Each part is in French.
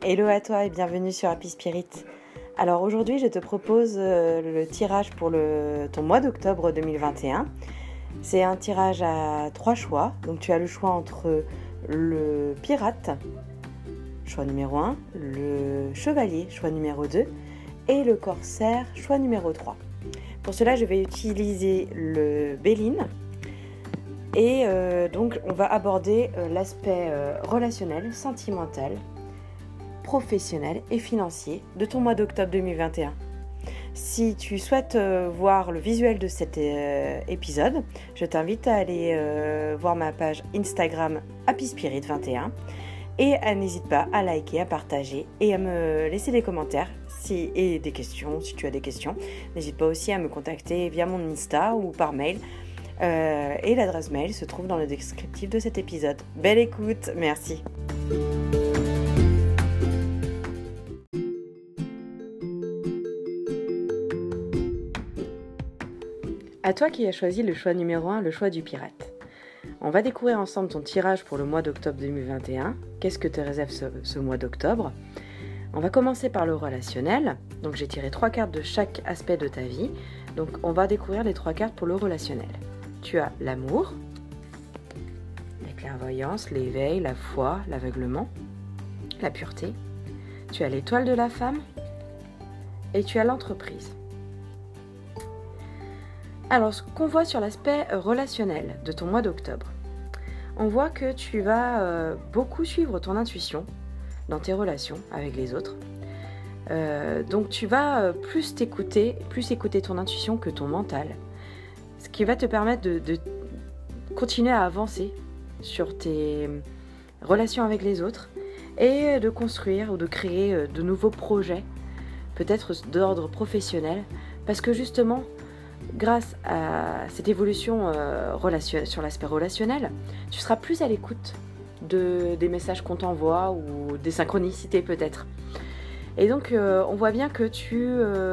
Hello à toi et bienvenue sur Happy Spirit. Alors aujourd'hui je te propose le tirage pour ton mois d'octobre 2021. C'est un tirage à 3 choix, donc tu as le choix entre le pirate, choix numéro 1, le chevalier, choix numéro 2 et le corsaire, choix numéro 3. Pour cela je vais utiliser le Béline et donc on va aborder l'aspect relationnel, sentimental, professionnel et financier de ton mois d'octobre 2021. Si tu souhaites voir le visuel de cet épisode, je t'invite à aller voir ma page Instagram Happy Spirit 21 et n'hésite pas à liker, à partager et à me laisser des commentaires et des questions si tu as des questions. N'hésite pas aussi à me contacter via mon Insta ou par mail. Et l'adresse mail se trouve dans le descriptif de cet épisode. Belle écoute, merci. À toi qui as choisi le choix numéro 1, le choix du pirate. On va découvrir ensemble ton tirage pour le mois d'octobre 2021. Qu'est-ce que te réserve ce mois d'octobre ? On va commencer par le relationnel. Donc j'ai tiré 3 cartes de chaque aspect de ta vie. Donc on va découvrir les 3 cartes pour le relationnel. Tu as l'amour, la clairvoyance, l'éveil, la foi, l'aveuglement, la pureté. Tu as l'étoile de la femme et tu as l'entreprise. Alors, ce qu'on voit sur l'aspect relationnel de ton mois d'octobre, on voit que tu vas beaucoup suivre ton intuition dans tes relations avec les autres. Donc, tu vas plus écouter ton intuition que ton mental, ce qui va te permettre de continuer à avancer sur tes relations avec les autres et de construire ou de créer de nouveaux projets, peut-être d'ordre professionnel, parce que justement, grâce à cette évolution sur l'aspect relationnel, tu seras plus à l'écoute des messages qu'on t'envoie ou des synchronicités peut-être. Et donc, on voit bien que tu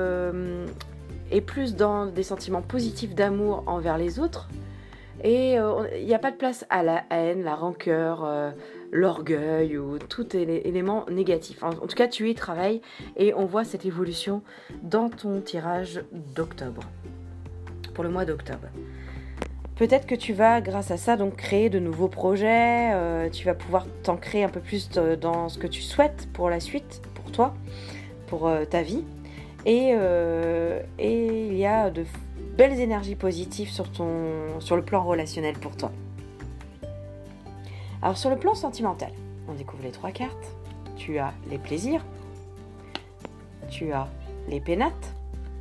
es plus dans des sentiments positifs d'amour envers les autres. Et il n'y a pas de place à la haine, la rancœur, l'orgueil ou tout élément négatif. En tout cas, tu y travailles et on voit cette évolution dans ton tirage d'octobre. Pour le mois d'octobre. Peut-être que tu vas, grâce à ça, donc créer de nouveaux projets, tu vas pouvoir t'ancrer un peu plus dans ce que tu souhaites pour la suite, pour toi, pour ta vie. Et il y a de belles énergies positives sur le plan relationnel pour toi. Alors sur le plan sentimental, on découvre les 3 cartes. Tu as les plaisirs, tu as les pénates,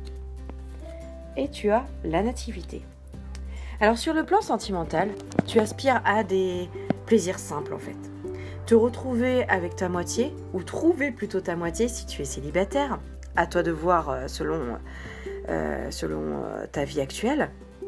et tu as la nativité. Alors sur le plan sentimental, tu aspires à des plaisirs simples en fait. Te retrouver avec ta moitié, ou trouver plutôt ta moitié si tu es célibataire, à toi de voir selon ta vie actuelle.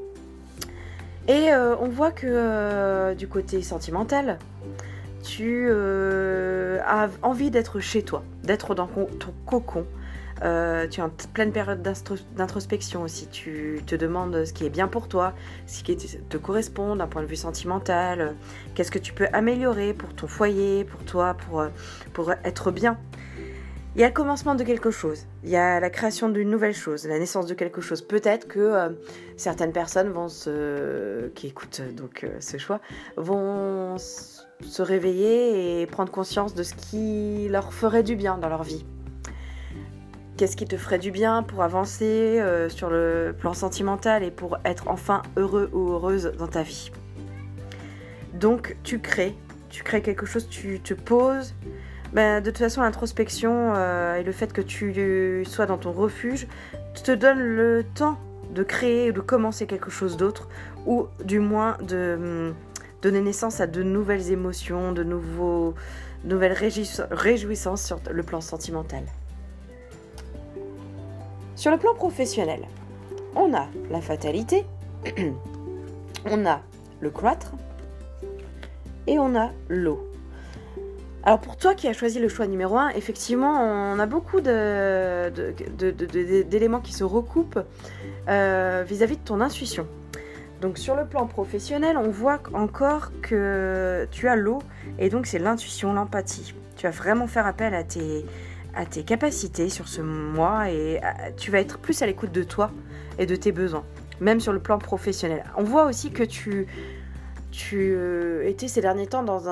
Et on voit que du côté sentimental, tu as envie d'être chez toi, d'être dans ton cocon. Tu es en pleine période d'introspection aussi. Tu te demandes ce qui est bien pour toi, ce qui te correspond d'un point de vue sentimental. Qu'est-ce que tu peux améliorer pour ton foyer, pour toi, pour être bien. Il y a le commencement de quelque chose. Il y a la création d'une nouvelle chose, la naissance de quelque chose. Peut-être que certaines personnes qui écoutent donc ce choix vont se réveiller et prendre conscience de ce qui leur ferait du bien dans leur vie. Qu'est-ce qui te ferait du bien pour avancer sur le plan sentimental et pour être enfin heureux ou heureuse dans ta vie. Donc tu crées quelque chose, tu te poses. De toute façon, l'introspection et le fait que tu sois dans ton refuge te donne le temps de créer ou de commencer quelque chose d'autre, ou du moins de donner naissance à de nouvelles émotions, de nouvelles réjouissances sur le plan sentimental. Sur le plan professionnel, on a la fatalité, on a le cloître et on a l'eau. Alors pour toi qui as choisi le choix numéro 1, effectivement, on a beaucoup d'éléments qui se recoupent vis-à-vis de ton intuition. Donc sur le plan professionnel, on voit encore que tu as l'eau et donc c'est l'intuition, l'empathie. Tu vas vraiment faire appel à tes capacités sur ce mois et tu vas être plus à l'écoute de toi et de tes besoins, même sur le plan professionnel. On voit aussi que tu étais ces derniers temps dans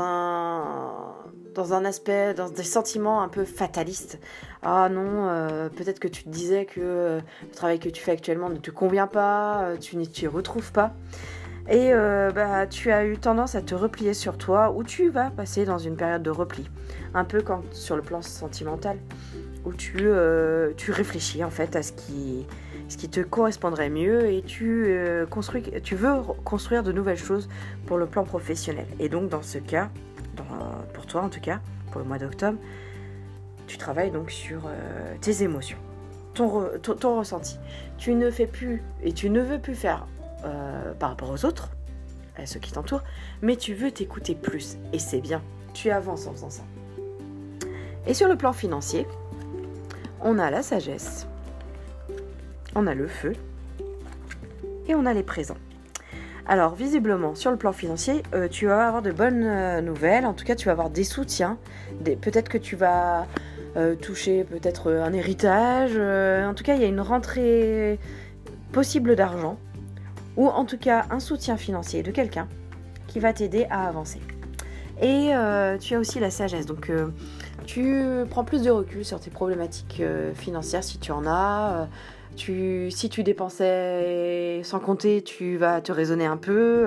un aspect, dans des sentiments un peu fatalistes. Ah non, peut-être que tu te disais que le travail que tu fais actuellement ne te convient pas, tu n'y t'y retrouves pas. Et tu as eu tendance à te replier sur toi, ou tu vas passer dans une période de repli. Un peu comme sur le plan sentimental, où tu réfléchis en fait à ce qui te correspondrait mieux et tu veux construire de nouvelles choses pour le plan professionnel. Et donc dans ce cas, pour toi en tout cas, pour le mois d'octobre, tu travailles donc sur tes émotions, ton ressenti. Tu ne fais plus et tu ne veux plus faire par rapport aux autres, à ceux qui t'entourent, mais tu veux t'écouter plus et c'est bien, tu avances en faisant ça. Et sur le plan financier, on a la sagesse, on a le feu et on a les présents. Alors visiblement sur le plan financier, tu vas avoir de bonnes nouvelles, en tout cas tu vas avoir des soutiens, peut-être que tu vas toucher peut-être un héritage, en tout cas il y a une rentrée possible d'argent, ou en tout cas un soutien financier de quelqu'un qui va t'aider à avancer. Et tu as aussi la sagesse, donc tu prends plus de recul sur tes problématiques financières si tu en as. Si tu dépensais sans compter, tu vas te raisonner un peu.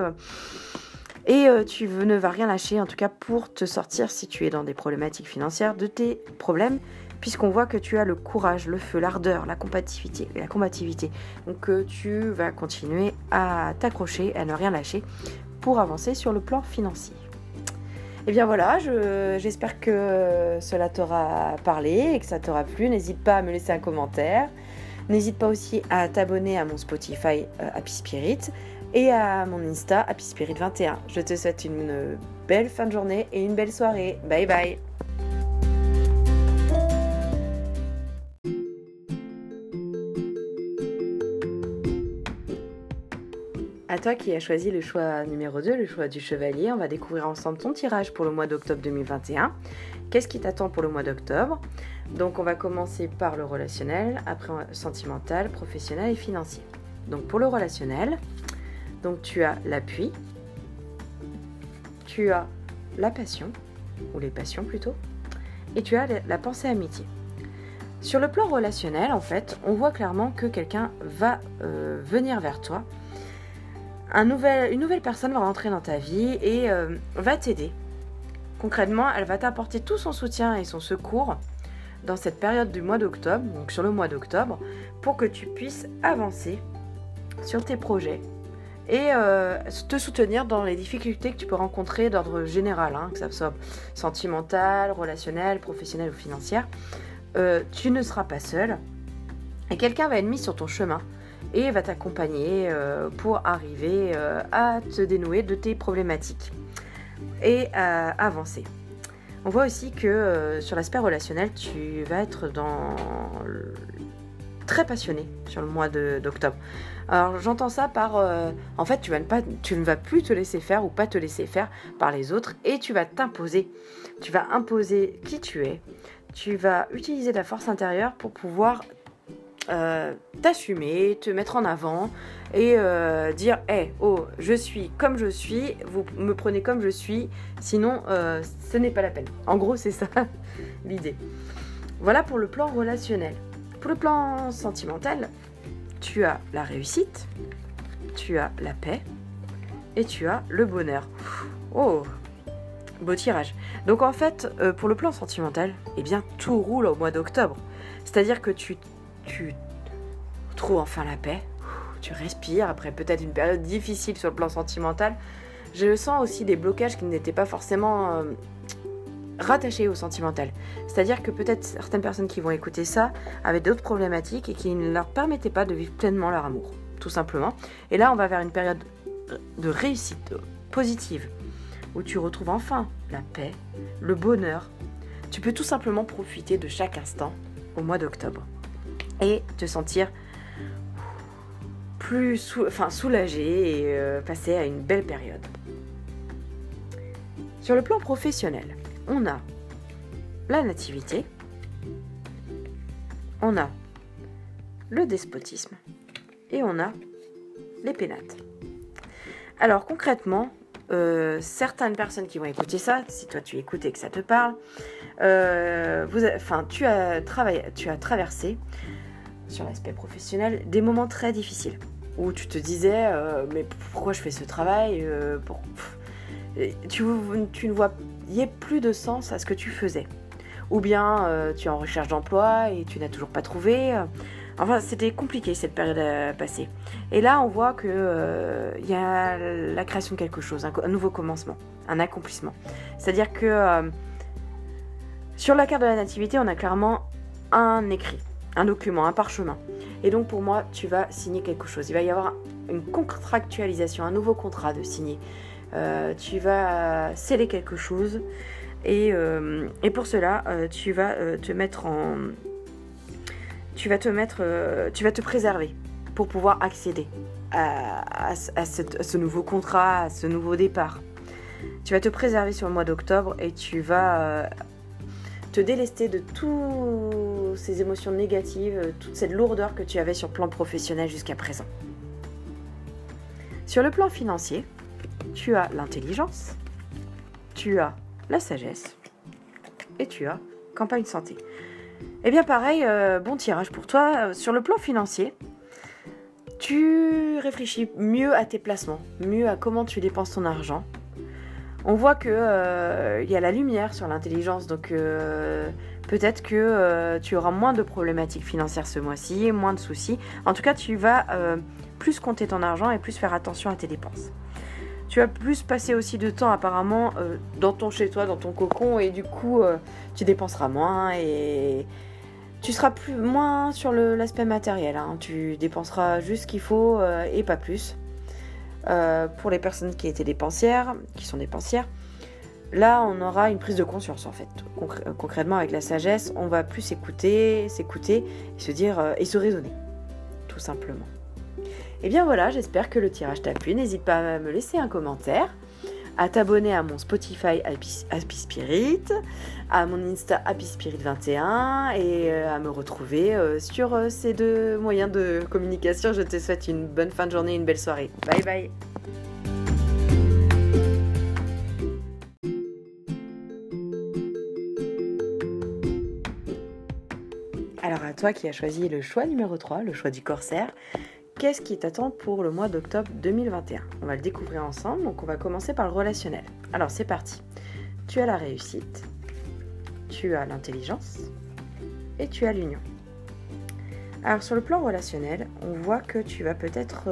Et tu ne vas rien lâcher, en tout cas pour te sortir, si tu es dans des problématiques financières, de tes problèmes, puisqu'on voit que tu as le courage, le feu, l'ardeur, la combativité. Donc tu vas continuer à t'accrocher, à ne rien lâcher pour avancer sur le plan financier. Et bien voilà, j'espère que cela t'aura parlé et que ça t'aura plu. N'hésite pas à me laisser un commentaire. N'hésite pas aussi à t'abonner à mon Spotify Happy Spirit et à mon Insta Happy Spirit 21. Je te souhaite une belle fin de journée et une belle soirée. Bye bye. À toi qui as choisi le choix numéro 2, le choix du chevalier, on va découvrir ensemble ton tirage pour le mois d'octobre 2021. Qu'est-ce qui t'attend pour le mois d'octobre ? Donc on va commencer par le relationnel, après sentimental, professionnel et financier. Donc pour le relationnel, donc tu as l'appui, tu as la passion, ou les passions plutôt, et tu as la pensée amitié. Sur le plan relationnel, en fait, on voit clairement que quelqu'un va venir vers toi. Une nouvelle personne va rentrer dans ta vie et va t'aider. Concrètement, elle va t'apporter tout son soutien et son secours dans cette période du mois d'octobre, donc sur le mois d'octobre, pour que tu puisses avancer sur tes projets et te soutenir dans les difficultés que tu peux rencontrer d'ordre général, que ça soit sentimental, relationnel, professionnel ou financière. Tu ne seras pas seul et quelqu'un va être mis sur ton chemin et va t'accompagner pour arriver à te dénouer de tes problématiques et à avancer. On voit aussi que sur l'aspect relationnel, tu vas être très passionné sur le mois d'octobre. Alors j'entends ça par... en fait, tu ne vas plus te laisser faire ou pas te laisser faire par les autres et tu vas t'imposer. Tu vas imposer qui tu es. Tu vas utiliser ta force intérieure pour pouvoir t'assumer, te mettre en avant et dire je suis comme je suis, vous me prenez comme je suis, sinon ce n'est pas la peine. En gros c'est ça l'idée. Voilà pour le plan relationnel. Pour le plan sentimental, tu as la réussite, tu as la paix et tu as le bonheur. Oh, beau tirage. Donc en fait pour le plan sentimental, eh bien tout roule au mois d'octobre. C'est-à-dire que tu trouves enfin la paix, tu respires après peut-être une période difficile sur le plan sentimental. Je sens aussi des blocages qui n'étaient pas forcément rattachés au sentimental. C'est-à-dire que peut-être certaines personnes qui vont écouter ça avaient d'autres problématiques et qui ne leur permettaient pas de vivre pleinement leur amour, tout simplement. Et là, on va vers une période de réussite positive où tu retrouves enfin la paix, le bonheur. Tu peux tout simplement profiter de chaque instant au mois d'octobre et te sentir soulagé et passer à une belle période. Sur le plan professionnel, on a la nativité, on a le despotisme et on a les pénates. Alors concrètement, certaines personnes qui vont écouter ça, si toi tu écoutes et que ça te parle, tu as traversé sur l'aspect professionnel des moments très difficiles où tu te disais mais pourquoi je fais ce travail tu ne voyais plus de sens à ce que tu faisais, ou bien tu es en recherche d'emploi et tu n'as toujours pas trouvé. Enfin, c'était compliqué cette période passée. Et là, on voit que y a la création de quelque chose, un nouveau commencement, un accomplissement. C'est-à-dire que sur la carte de la nativité, on a clairement un écrit, un document, un parchemin. Et donc, pour moi, tu vas signer quelque chose. Il va y avoir une contractualisation, un nouveau contrat de signer. Tu vas sceller quelque chose. Et pour cela, tu vas te préserver pour pouvoir accéder à ce nouveau contrat, à ce nouveau départ. Tu vas te préserver sur le mois d'octobre et tu vas te délester de toutes ces émotions négatives, toute cette lourdeur que tu avais sur le plan professionnel jusqu'à présent. Sur le plan financier, tu as l'intelligence, tu as la sagesse et tu as campagne santé. Eh bien pareil, bon tirage pour toi. Sur le plan financier, tu réfléchis mieux à tes placements, mieux à comment tu dépenses ton argent. On voit que y a la lumière sur l'intelligence, donc peut-être que tu auras moins de problématiques financières ce mois-ci, moins de soucis. En tout cas, tu vas plus compter ton argent et plus faire attention à tes dépenses. Tu vas plus passer aussi de temps apparemment dans ton chez-toi, dans ton cocon, et du coup tu dépenseras moins et tu seras moins sur l'aspect matériel, hein. Tu dépenseras juste ce qu'il faut et pas plus. Pour les personnes qui étaient dépensières, qui sont dépensières, là on aura une prise de conscience en fait. Concrètement avec la sagesse, on va plus s'écouter et se dire et se raisonner, tout simplement. Et bien voilà, j'espère que le tirage t'a plu. N'hésite pas à me laisser un commentaire, à t'abonner à mon Spotify Happy Spirit, à mon Insta Happy Spirit 21 et à me retrouver sur ces deux moyens de communication. Je te souhaite une bonne fin de journée, une belle soirée. Bye bye. Alors à toi qui as choisi le choix numéro 3, le choix du corsaire, qu'est-ce qui t'attend pour le mois d'octobre 2021 ? On va le découvrir ensemble, donc on va commencer par le relationnel. Alors c'est parti. Tu as la réussite, tu as l'intelligence et tu as l'union. Alors sur le plan relationnel, on voit que tu vas peut-être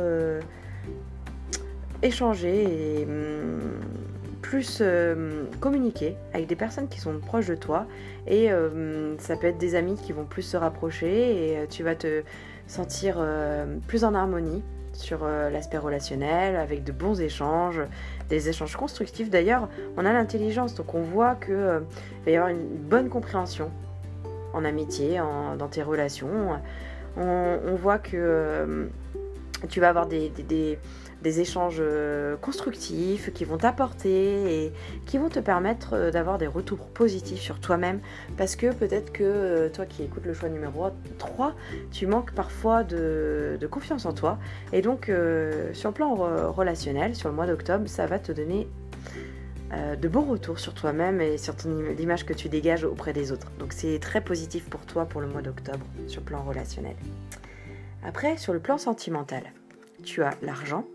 échanger et plus communiquer avec des personnes qui sont proches de toi et ça peut être des amis qui vont plus se rapprocher et tu vas te sentir plus en harmonie sur l'aspect relationnel, avec de bons échanges, des échanges constructifs. D'ailleurs, on a l'intelligence, donc on voit qu'il va y avoir une bonne compréhension en amitié, dans tes relations. On voit que tu vas avoir des échanges constructifs qui vont t'apporter et qui vont te permettre d'avoir des retours positifs sur toi-même, parce que peut-être que toi qui écoutes le choix numéro 3, tu manques parfois de confiance en toi, et donc sur le plan relationnel, sur le mois d'octobre, ça va te donner de bons retours sur toi-même et sur l'image que tu dégages auprès des autres. Donc c'est très positif pour toi pour le mois d'octobre sur le plan relationnel. Après, sur le plan sentimental, tu as l'argent,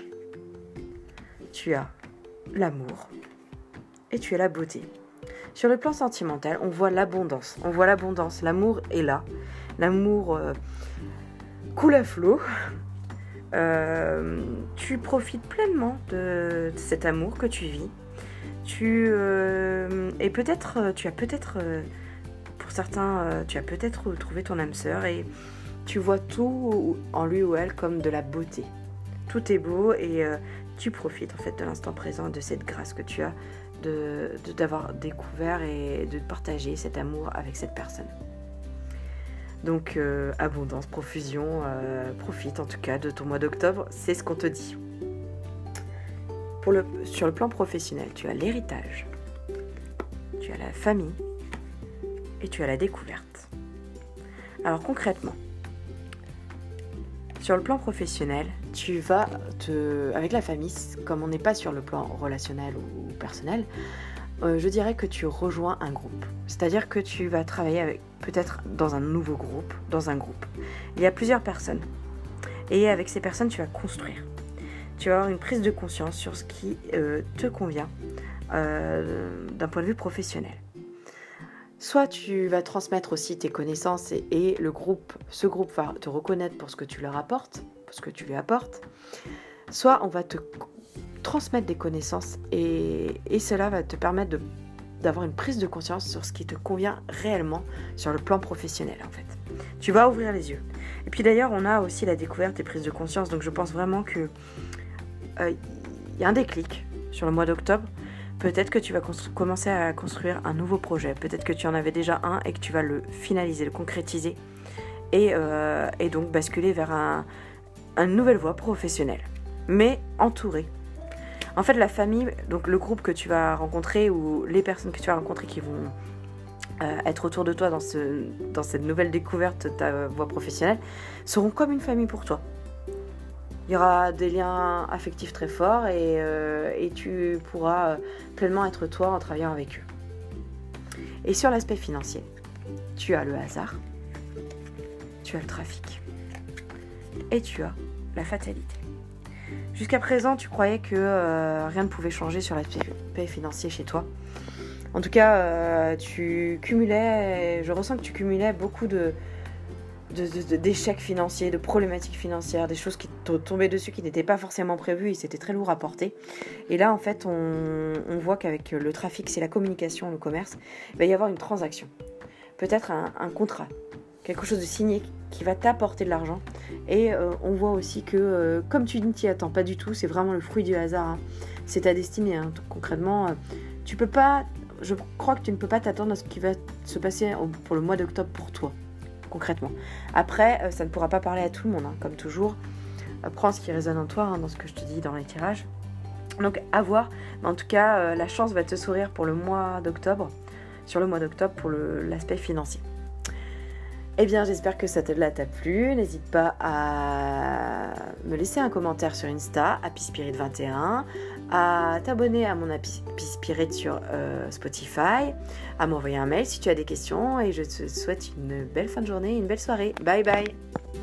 tu as l'amour et tu as la beauté. Sur le plan sentimental, on voit l'abondance. L'amour est là. L'amour coule à flot. Tu profites pleinement de cet amour que tu vis. Et peut-être, pour certains, tu as peut-être trouvé ton âme sœur et tu vois tout en lui ou elle comme de la beauté. Tout est beau et tu profites en fait de l'instant présent, de cette grâce que tu as d'avoir découvert et de partager cet amour avec cette personne. Donc abondance, profusion, profite en tout cas de ton mois d'octobre, c'est ce qu'on te dit. Sur le plan professionnel, tu as l'héritage, tu as la famille et tu as la découverte. Alors concrètement, sur le plan professionnel, tu vas avec la famille, comme on n'est pas sur le plan relationnel ou personnel, je dirais que tu rejoins un groupe. C'est-à-dire que tu vas travailler peut-être dans un nouveau groupe, dans un groupe. Il y a plusieurs personnes. Et avec ces personnes, tu vas construire. Tu vas avoir une prise de conscience sur ce qui te convient d'un point de vue professionnel. Soit tu vas transmettre aussi tes connaissances et ce groupe va te reconnaître pour ce que tu leur apportes, pour ce que tu lui apportes. Soit on va te transmettre des connaissances et cela va te permettre d'avoir une prise de conscience sur ce qui te convient réellement sur le plan professionnel en fait. Tu vas ouvrir les yeux. Et puis d'ailleurs, on a aussi la découverte et prise de conscience. Donc je pense vraiment que y a un déclic sur le mois d'octobre. Peut-être que tu vas commencer à construire un nouveau projet. Peut-être que tu en avais déjà un et que tu vas le finaliser, le concrétiser. Et donc basculer vers une nouvelle voie professionnelle. Mais entouré. En fait, la famille, donc le groupe que tu vas rencontrer ou les personnes que tu vas rencontrer qui vont être autour de toi dans cette nouvelle découverte de ta voie professionnelle seront comme une famille pour toi. Il y aura des liens affectifs très forts et tu pourras pleinement être toi en travaillant avec eux. Et sur l'aspect financier, tu as le hasard, tu as le trafic et tu as la fatalité. Jusqu'à présent, tu croyais que rien ne pouvait changer sur l'aspect financier chez toi. En tout cas, je ressens que tu cumulais beaucoup d'échecs financiers, de problématiques financières, des choses qui te tombaient dessus qui n'étaient pas forcément prévues et c'était très lourd à porter. Et là, en fait, on voit qu'avec le trafic, c'est la communication, le commerce, il va y avoir une transaction. Peut-être un contrat, quelque chose de signé qui va t'apporter de l'argent. Et on voit aussi que, comme tu ne t'y attends pas du tout, c'est vraiment le fruit du hasard. Hein. C'est ta destinée. Hein. Concrètement, je crois que tu ne peux pas t'attendre à ce qui va se passer pour le mois d'octobre pour toi. Concrètement. Après, ça ne pourra pas parler à tout le monde, hein, comme toujours. Prends ce qui résonne en toi, hein, dans ce que je te dis dans les tirages. Donc, à voir. Mais en tout cas, la chance va te sourire pour le mois d'octobre, sur le mois d'octobre pour l'aspect financier. Eh bien, j'espère que ça t'a plu. N'hésite pas à me laisser un commentaire sur Insta, HappySpirit21, à t'abonner à mon Happy Spirit sur Spotify, à m'envoyer un mail si tu as des questions. Et je te souhaite une belle fin de journée, une belle soirée. Bye bye.